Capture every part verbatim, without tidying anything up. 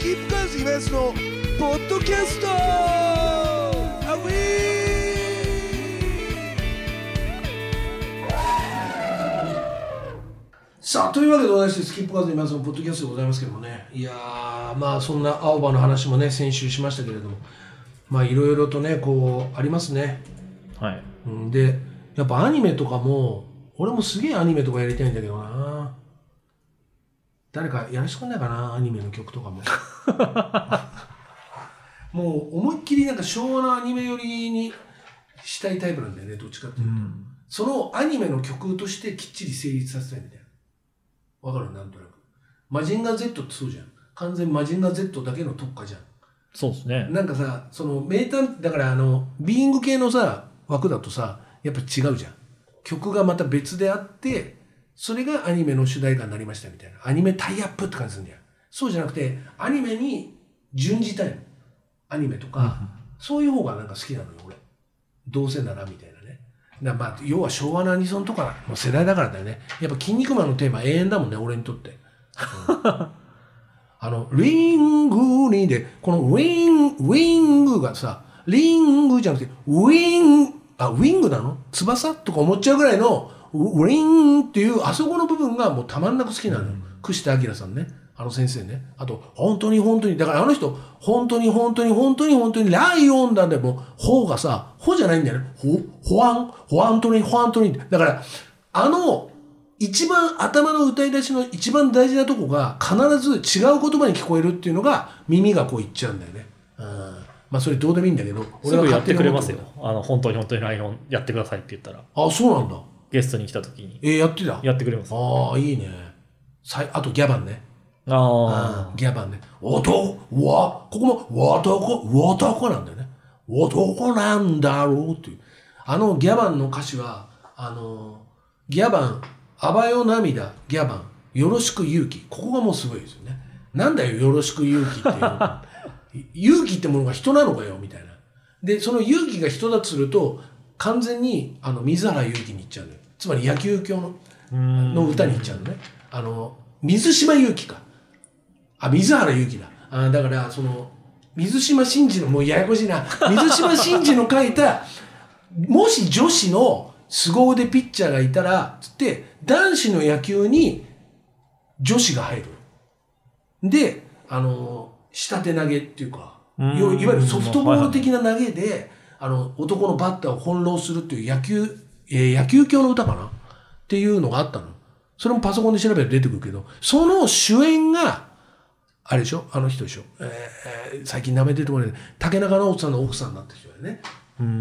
キープカーズイベントのポッドキャストアウィー。さあというわけでございまして、スキップカーズイベントのポッドキャストでございますけどもね、いやーまあそんな青葉の話もね先週しましたけれども、まあいろいろとねこうありますね。 はい。 でやっぱアニメとかも俺もすげえアニメとかやりたいんだけどな。誰かやらしてくんないかな、アニメの曲とかももう思いっきりなんか昭和のアニメ寄りにしたいタイプなんだよね、どっちかっていうと、うん、そのアニメの曲としてきっちり成立させたいみたいな。わかる？なんとなくマジンガー Z ってそうじゃん。完全マジンガー Z だけの特化じゃん。 そうですね。 なんかさ、その名探だからあのビーイング系のさ枠だとさやっぱ違うじゃん。曲がまた別であってそれがアニメの主題歌になりましたみたいな、アニメタイアップって感じするんだよ。そうじゃなくてアニメに準じたいの、アニメとか、うん、そういう方がなんか好きなのよ俺、どうせならみたいなね。だまあ要は昭和のアニソンとかの世代だからだよね。やっぱ筋肉マンのテーマ永遠だもんね俺にとって、うん、あのリングにでこのウィンウィングがさ、リングじゃなくてウィンあウィングなの翼とか思っちゃうぐらいのウリンっていうあそこの部分がもうたまんなく好きなのよ。櫛田明さんね、あの先生ね。あと本当に本当にだからあの人本当に本当に本当に本当にライオンだでもほがさほじゃないんだよね。ほほアンほアントニーほアントニーだからあの一番頭の歌い出しの一番大事なとこが必ず違う言葉に聞こえるっていうのが耳がこういっちゃうんだよね。うん、まあそれどうでもいいんだけど俺はやってくれますよ。あの本当に本当にライオンやってくださいって言ったら。 あ、そうなんだ。 ゲストに来た時に。 えー、やってたやってくれます。 ああ、いいね。あとギャバンね。 ああギャバンね。男、わ、ここも男、男なんだよね。男なんだろうっていう。あのギャバンの歌詞は、あの、ギャバン、あばよ涙、ギャバン、よろしく勇気。ここがもうすごいですよね。なんだよ、よろしく勇気っていうの。勇気ってものが人なのかよ、みたいな。で、その勇気が人だとすると、完全にあの水原勇気に行っちゃうのよ。つまり野球教 の, の歌に行っちゃうのね。あの水島勇気か、あ水原勇気だ。あだからその水島新司のもうややこしいな水島新司の書いたもし女子の凄腕ピッチャーがいたらつって男子の野球に女子が入るで、あの下手投げっていうかいわゆるソフトボール的な投げで、はいはい、あの男のバッターを翻弄するっていう野球、えー、野球教の歌かなっていうのがあったの。それもパソコンで調べると出てくるけど、その主演があれでしょ、あの人でしょ、えー、最近名前出てこない竹中直人さんの奥さんになった人だよね。うん、うん、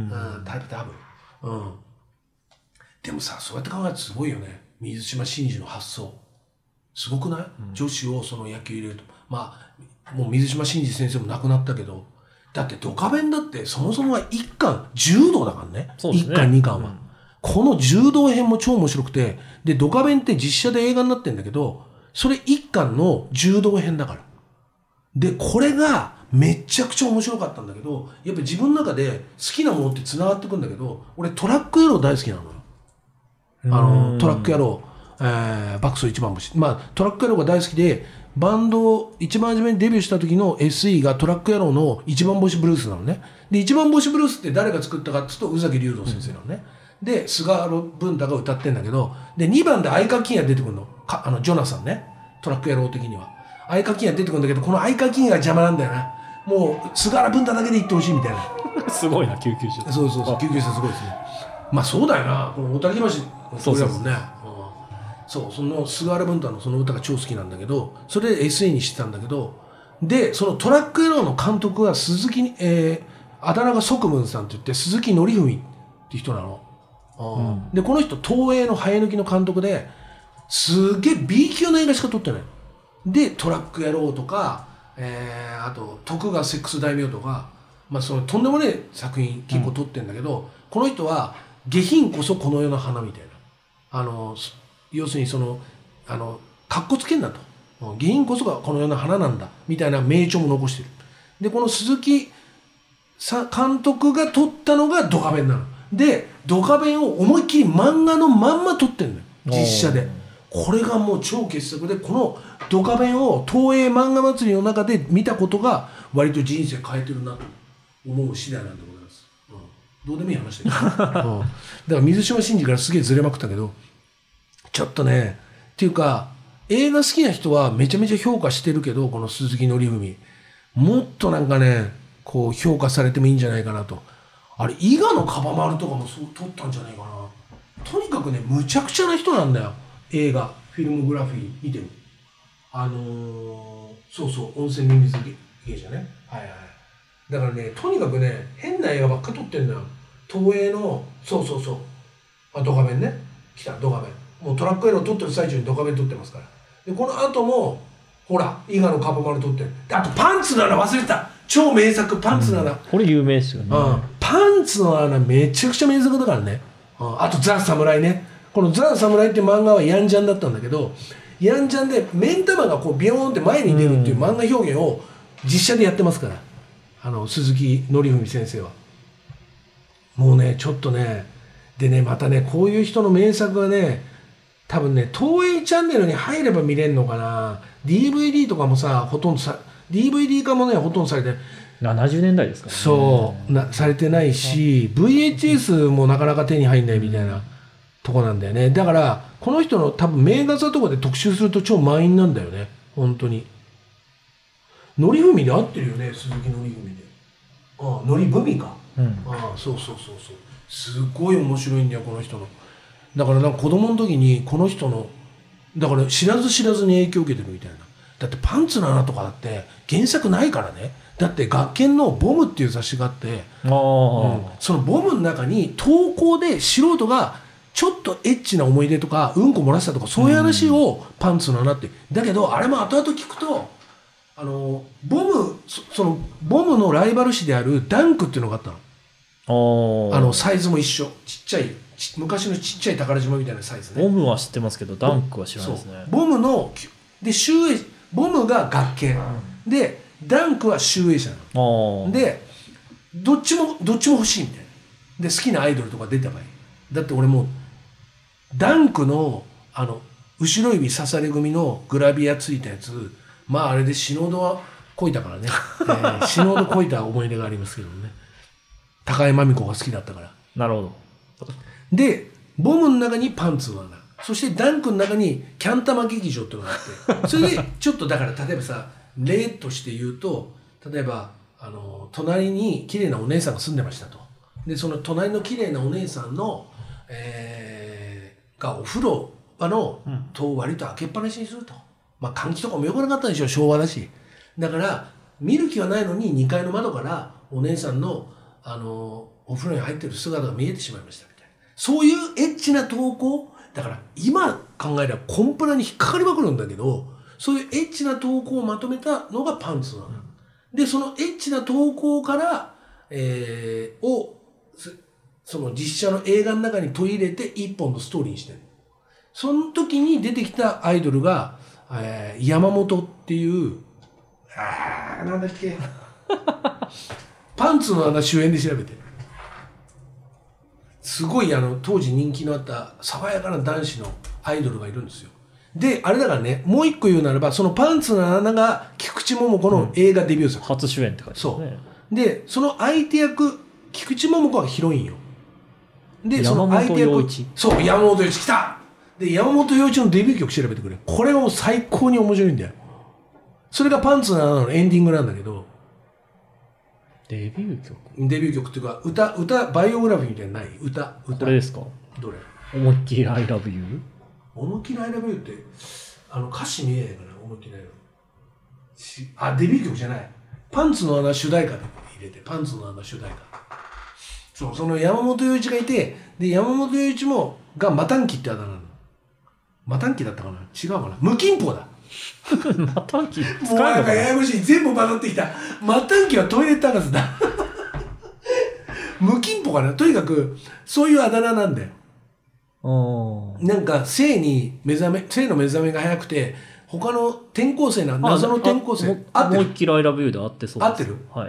タイプ多分、うん。でもさ、そうやって考えるとすごいよね。水島新司の発想すごくない？うん、女子をその野球入れると、まあもう水島新司先生も亡くなったけど。だってドカベンだってそもそもはいっかん柔道だからね。そうですね。いっかんにかんは、うん、この柔道編も超面白くて、でドカベンって実写で映画になってんだけど、それいっかんの柔道編だから。でこれがめちゃくちゃ面白かったんだけど、やっぱり自分の中で好きなものって繋がってくんだけど、俺トラック野郎大好きなのよ。あのトラック野郎、えー、バックス一番星、まあトラック野郎が大好きで。バンド一番初めにデビューした時の エスイー がトラック野郎の一番星ブルースなのね。で一番星ブルースって誰が作ったかっていうと宇崎竜童先生なのね。うん、で菅原文太が歌ってんだけど、でにばんで相川金也出てくるのか、あのジョナサンね、トラック野郎的には相川金也出てくるんだけど、この相川金也が邪魔なんだよな。もう菅原文太だけで言ってほしいみたいな。 すごいな救急車。 そうそうそう、救急車すごいですね。まあそうだよな、この小滝橋そうだもんね。そう、その菅原文太のその歌が超好きなんだけど、それで エスイー にしてたんだけど、でそのトラック野郎の監督は鈴木に、えー、あだ名が側文さんって言って鈴木紀文って人なの。うん、でこの人東映の生え抜きの監督ですげえ B 級の映画しか撮ってない。でトラック野郎とか、えー、あと徳川セックス大名とか、まあ、そのとんでもねえ作品結構撮ってるんだけど、うん、この人は下品こそこの世の花みたいな、あの要するにそのあのかっこつけんなと、下品こそがこの世の花なんだみたいな名著も残してる。でこの鈴木さ監督が撮ったのがドカベンなので、ドカベンを思いっきり漫画のまんま撮ってるのよ実写で。 これがもう超傑作で、このドカベンを東映漫画祭りの中で見たことが割と人生変えてるなと思う次第なんでございます、うん、どうでもいい話だけど、うん、だから水島新司からすげえずれまくったけど、ちょっとねっていうか映画好きな人はめちゃめちゃ評価してるけど、この鈴木紀文もっとなんかねこう評価されてもいいんじゃないかなと。あれ伊賀のカバ丸とかもそう撮ったんじゃないかな。とにかくねむちゃくちゃな人なんだよ。映画フィルムグラフィー見てる、あのー、そうそう温泉ミミズ芸者ね、はいはい、だからねとにかくね変な映画ばっか撮ってんだよ。東映のそうそうそうあドカベンね来たドカベンもうトラックエロ撮ってる最中にドカベン撮ってますから。でこの後もほら伊賀のカバ丸撮ってる。であとパンツの穴忘れてた、超名作パンツの穴、うん、 これ有名ですよね、 うん、パンツの穴めちゃくちゃ名作だからね、うん、あとザ・サムライね。このザ・サムライって漫画はヤンジャンだったんだけど、ヤンジャンで目ん玉がこうビヨーンって前に出るっていう漫画表現を実写でやってますから、あの鈴木紀文先生はもうねちょっとねでねまたねこういう人の名作がね多分ね東映チャンネルに入れば見れるのかな。 ディーブイディー とかもさほとんどさ ディーブイディー 化もねほとんどされてななじゅうねんだいですからね。 そうなされてないし ブイエイチエス もなかなか手に入んないみたいなとこなんだよね。だからこの人の多分名画座とかで特集すると超満員なんだよね本当に。のりふみで合ってるよね鈴木のりふみで。ああのりぶみか、うん、ああそうそうそうそうすごい面白いんだよこの人の。だからなんか子供の時にこの人のだから知らず知らずに影響を受けてるみたいな。だってパンツの穴とかだって原作ないからね。だって学研のボムっていう雑誌があって、うん、そのボムの中に投稿で素人がちょっとエッチな思い出とかうんこ漏らしたとかそういう話をパンツの穴って、だけどあれも後々聞くとあのボム そ, そのボムのライバル誌であるダンクっていうのがあったの。あのサイズも一緒ちっちゃい昔のちっちゃい宝島みたいなサイズね。 ボムは知ってますけどダンクは知らないですね。 ボムので集英ボムが学研、うん、でダンクは集英社なのでどっちもどっちも欲しいみたいな。で好きなアイドルとか出た場合だって俺もうダンクのあの後ろ指刺され組のグラビアついたやつまああれで死ぬほどこいたからね、えー、死ぬほどこいた思い出がありますけどね。高江真美子が好きだったから。 なるほど。 でボムの中にパンツの穴、そしてダンクの中にキャンタマ劇場っていうのがあってそれでちょっとだから例えばさ例として言うと例えばあの隣に綺麗なお姉さんが住んでましたと。でその隣の綺麗なお姉さんの、えー、がお風呂場の戸を割と開けっぱなしにすると、まあ換気とかも良くなかったでしょ昭和だし。だから見る気はないのににかいの窓からお姉さんのあのお風呂に入ってる姿が見えてしまいましたみたいな、そういうエッチな投稿だから今考えればコンプラに引っかかりまくるんだけど、そういうエッチな投稿をまとめたのがパンツなの、うん、でそのエッチな投稿から、えー、をその実写の映画の中に取り入れて一本のストーリーにしてる。その時に出てきたアイドルが、えー、山本っていうあーなんだっけパンツの穴主演で調べてすごいあの当時人気のあった爽やかな男子のアイドルがいるんですよ。であれだからねもう一個言うならばそのパンツの穴が菊池桃子の映画デビュー作、うん、 初主演って書いてますね。 そうでその相手役菊池桃子はヒロインよ。でその相手役そう山本陽一来た。で山本陽一のデビュー曲調べてくれ。これがもう最高に面白いんだよ。それがパンツの穴のエンディングなんだけど。 デビュー曲デビュー曲っていうか歌歌バイオグラフィーみたいなのない歌歌これですか。 どれ思いっきり I love you 思いっきり I love you ってあの歌詞見えないかな。思いっきり I love you あデビュー曲じゃないパンツの穴主題歌で入れてパンツの穴主題歌そうその山本陽一がいてで山本陽一もがマタンキってあだ名なの。マタンキだったかな違うかな無金砲だマタンキもうなんかややこしい全部混ざってきた。マタンキはトイレット博士だ無金砲かな。とにかくそういうあだ名なんだよ。なんか性に目覚め性の目覚めが早くて他の転校生な謎の転校生あってる。思いっきり I love you で合ってそうです。 合ってる、 はい、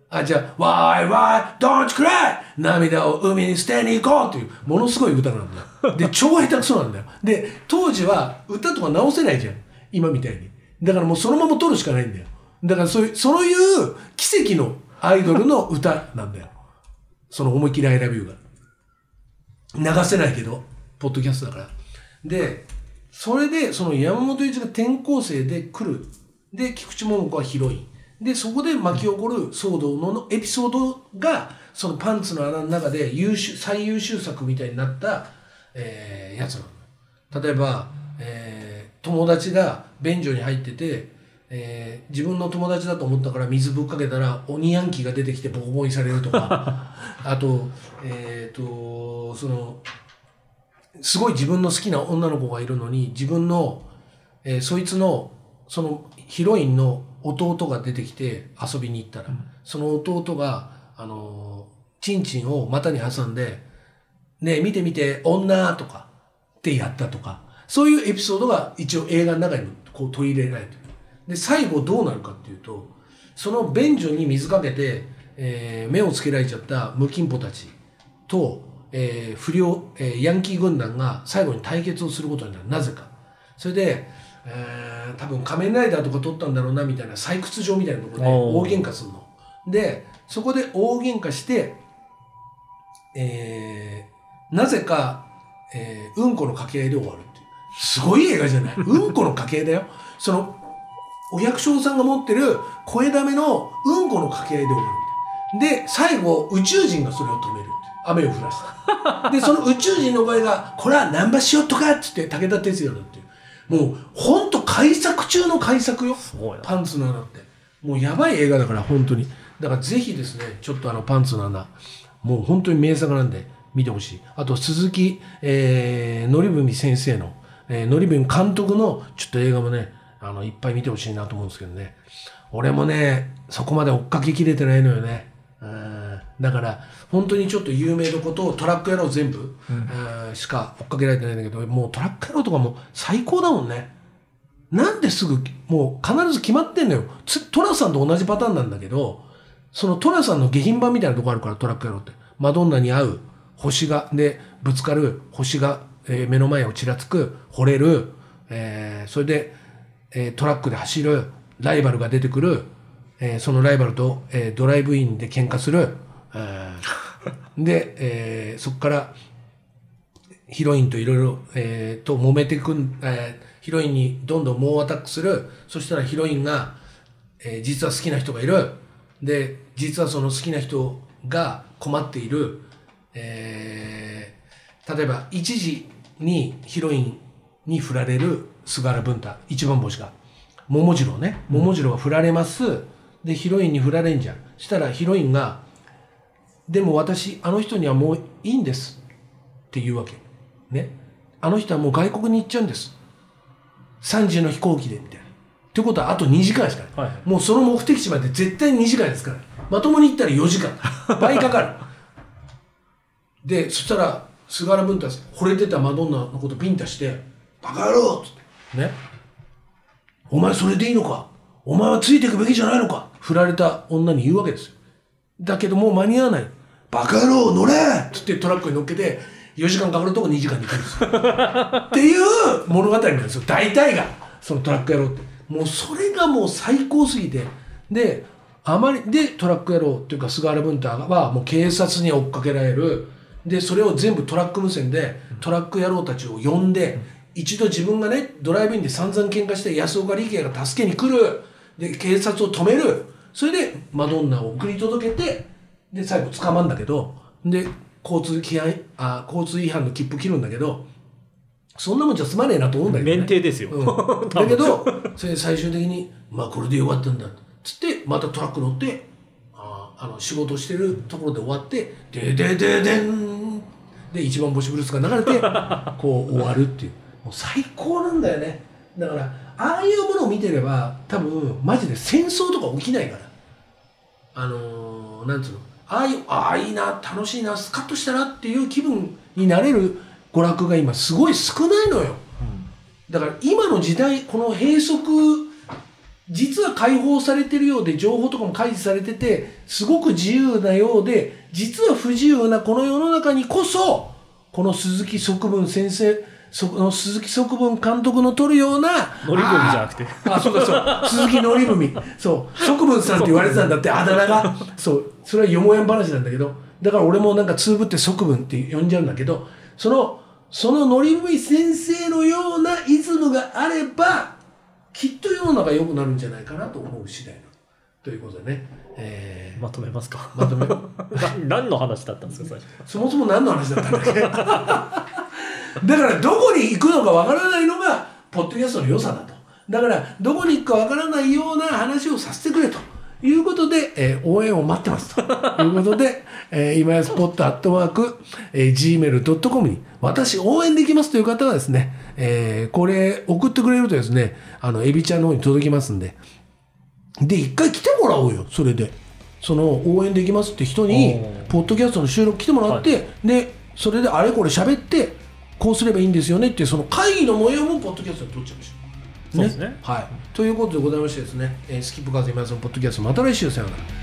あ、じゃあ、Why, why, don't cry! 涙を海に捨てに行こうっていう、ものすごい歌なんだよ。で、超下手くそなんだよ。で、当時は歌とか直せないじゃん。今みたいに。だからもうそのまま撮るしかないんだよ。だからそういう、そういう奇跡のアイドルの歌なんだよ。その思いっきり I love you が。流せないけど、ポッドキャストだから。で、それで、その山本龍一が転校生で来る。で、菊池桃子はヒロイン。で、そこで巻き起こる騒動のエピソードが、そのパンツの穴の中で優秀、最優秀作みたいになった、えー、やつなの。例えば、えー、友達が便所に入ってて、えー、自分の友達だと思ったから水ぶっかけたら鬼ヤンキーが出てきてボコボコにされるとか、あと、えっと、その、すごい自分の好きな女の子がいるのに、自分の、えー、そいつの、そのヒロインの弟が出てきて遊びに行ったら、うん、その弟が、あのー、チンチンを股に挟んで、ねえ、見て見て、女とかってやったとか、そういうエピソードが一応映画の中にこう取り入れられてる。で、最後どうなるかっていうと、その便所に水かけて、えー、目をつけられちゃったムキンポたちと、えー、不良、えー、ヤンキー軍団が最後に対決をすることになる。なぜか。それで、えー、多分仮面ライダーとか撮ったんだろうなみたいな採掘場みたいなところで大喧嘩するの。で、そこで大喧嘩して、えー、なぜか、えー、うんこの掛け合いで終わるっていう。すごい映画じゃない？うんこの掛け合いだよ。その、お百姓さんが持ってる声だめのうんこの掛け合いで終わる。で、最後、宇宙人がそれを止める。雨を降らした。で、その宇宙人の声が、これはナンバショットかっつって武田鉄矢だっていう。もう、ほんと改作中の改作よ。 すごいな。 パンツの穴って。もうやばい映画だから、本当に。だからぜひですね、ちょっとあのパンツの穴、もう本当に名作なんで見てほしい。あと、鈴木、えー、のりぶみ先生の、えー、のりぶみ監督のちょっと映画もね、あの、いっぱい見てほしいなと思うんですけどね。俺もね、そこまで追っかけきれてないのよね。うんだから、本当にちょっと有名どことトラック野郎全部、うん、しか追っかけられてないんだけど、もうトラック野郎とかも最高だもんね。なんですぐ、もう必ず決まってんのよ。トラさんと同じパターンなんだけど、そのトラさんの下品版みたいなとこあるから、トラック野郎って。マドンナに会う、星が、で、ぶつかる、星が、えー、目の前をちらつく、惚れる、えー、それで、えー、トラックで走る、ライバルが出てくる、えー、そのライバルと、えー、ドライブインで喧嘩する、えー、で、えー、そこからヒロインといろいろ、えー、と揉めてくん、えー、ヒロインにどんどん猛アタックする。そしたらヒロインが、えー、実は好きな人がいる。で、実はその好きな人が困っている。えー、例えば一時にヒロインに振られる菅原文太、一番星が桃次郎ね、桃次郎が振られます。うんで、ヒロインに振られんじゃん。したらヒロインが、でも私、あの人にはもういいんです。って言うわけ。ね。あの人はもう外国に行っちゃうんです。さんじの飛行機で、みたいな。ってことはあとにじかんしかない。はい、もうその目的地まで絶対ににじかんですから。まともに行ったらよじかん。倍かかる。で、そしたら、菅原文太、惚れてたマドンナのことビンタして、バカ野郎っつって。ね。お前それでいいのかお前はついていくべきじゃないのか振られた女に言うわけですよ。だけどもう間に合わない。バカ野郎乗れっつってトラックに乗っけてよじかんかかるとこにじかんで行くんですよ。っていう物語なんですよ。大体が。そのトラック野郎って。もうそれがもう最高すぎて。で、あまり、で、トラック野郎っていうか菅原文太はもう警察に追っかけられる。で、それを全部トラック無線でトラック野郎たちを呼んで、一度自分がね、ドライブインで散々喧嘩して安岡力也が助けに来る。で、警察を止める。それで、マドンナを送り届けて、で、最後捕まるんだけど、で、交通規範、あ、交通違反の切符切るんだけど、そんなもんじゃ済まねえなと思うんだけどね。 免停ですよ。 うん、だけど、それで最終的に、まあこれでよかったんだ。つって、またトラック乗って、ああの、仕事してるところで終わって、ででででんで、一番星ブルースが流れて、こう終わるっていう。もう最高なんだよね。だから、ああいうものを見てれば、多分、マジで戦争とか起きないから。あのー、なんつうの。ああいう、ああ、いいな、楽しいな、スカッとしたなっていう気分になれる娯楽が今すごい少ないのよ。うん、だから今の時代、この閉塞実は解放されてるようで情報とかも開示されててすごく自由なようで実は不自由なこの世の中にこそこの鈴木則文先生その鈴木則文監督の撮るようなのり文じゃなくてあそうかそう鈴木のり文そう則文さんって言われてたんだってあだ名がそうそれはよもやん話なんだけどだから俺もなんかつぶって則文って呼んじゃうんだけどそのそののり文先生のようなイズムがあればきっと世の中良くなるんじゃないかなと思う次第なということでね、えー、 まとめますかまとめ何の話だったんですか最初そもそも何の話だったんだっけだからどこに行くのかわからないのがポッドキャストの良さだとだからどこに行くかわからないような話をさせてくれということで、えー、応援を待ってますということで、えー、今やスポットアットマーク、えー、ジーメールドットコム に私応援できますという方はですね、えー、これ送ってくれるとですねあのエビちゃんの方に届きますんでで一回来てもらおうよそれでその応援できますって人にポッドキャストの収録来てもらって、はい、でそれであれこれ喋ってこうすればいいんですよねっていうその会議の模様もポッドキャストに撮っちゃいましょう。 そうですね。 はい。ということでございましてですね、えー、スキップカーズ今井さんのポッドキャストまた来週さようなら。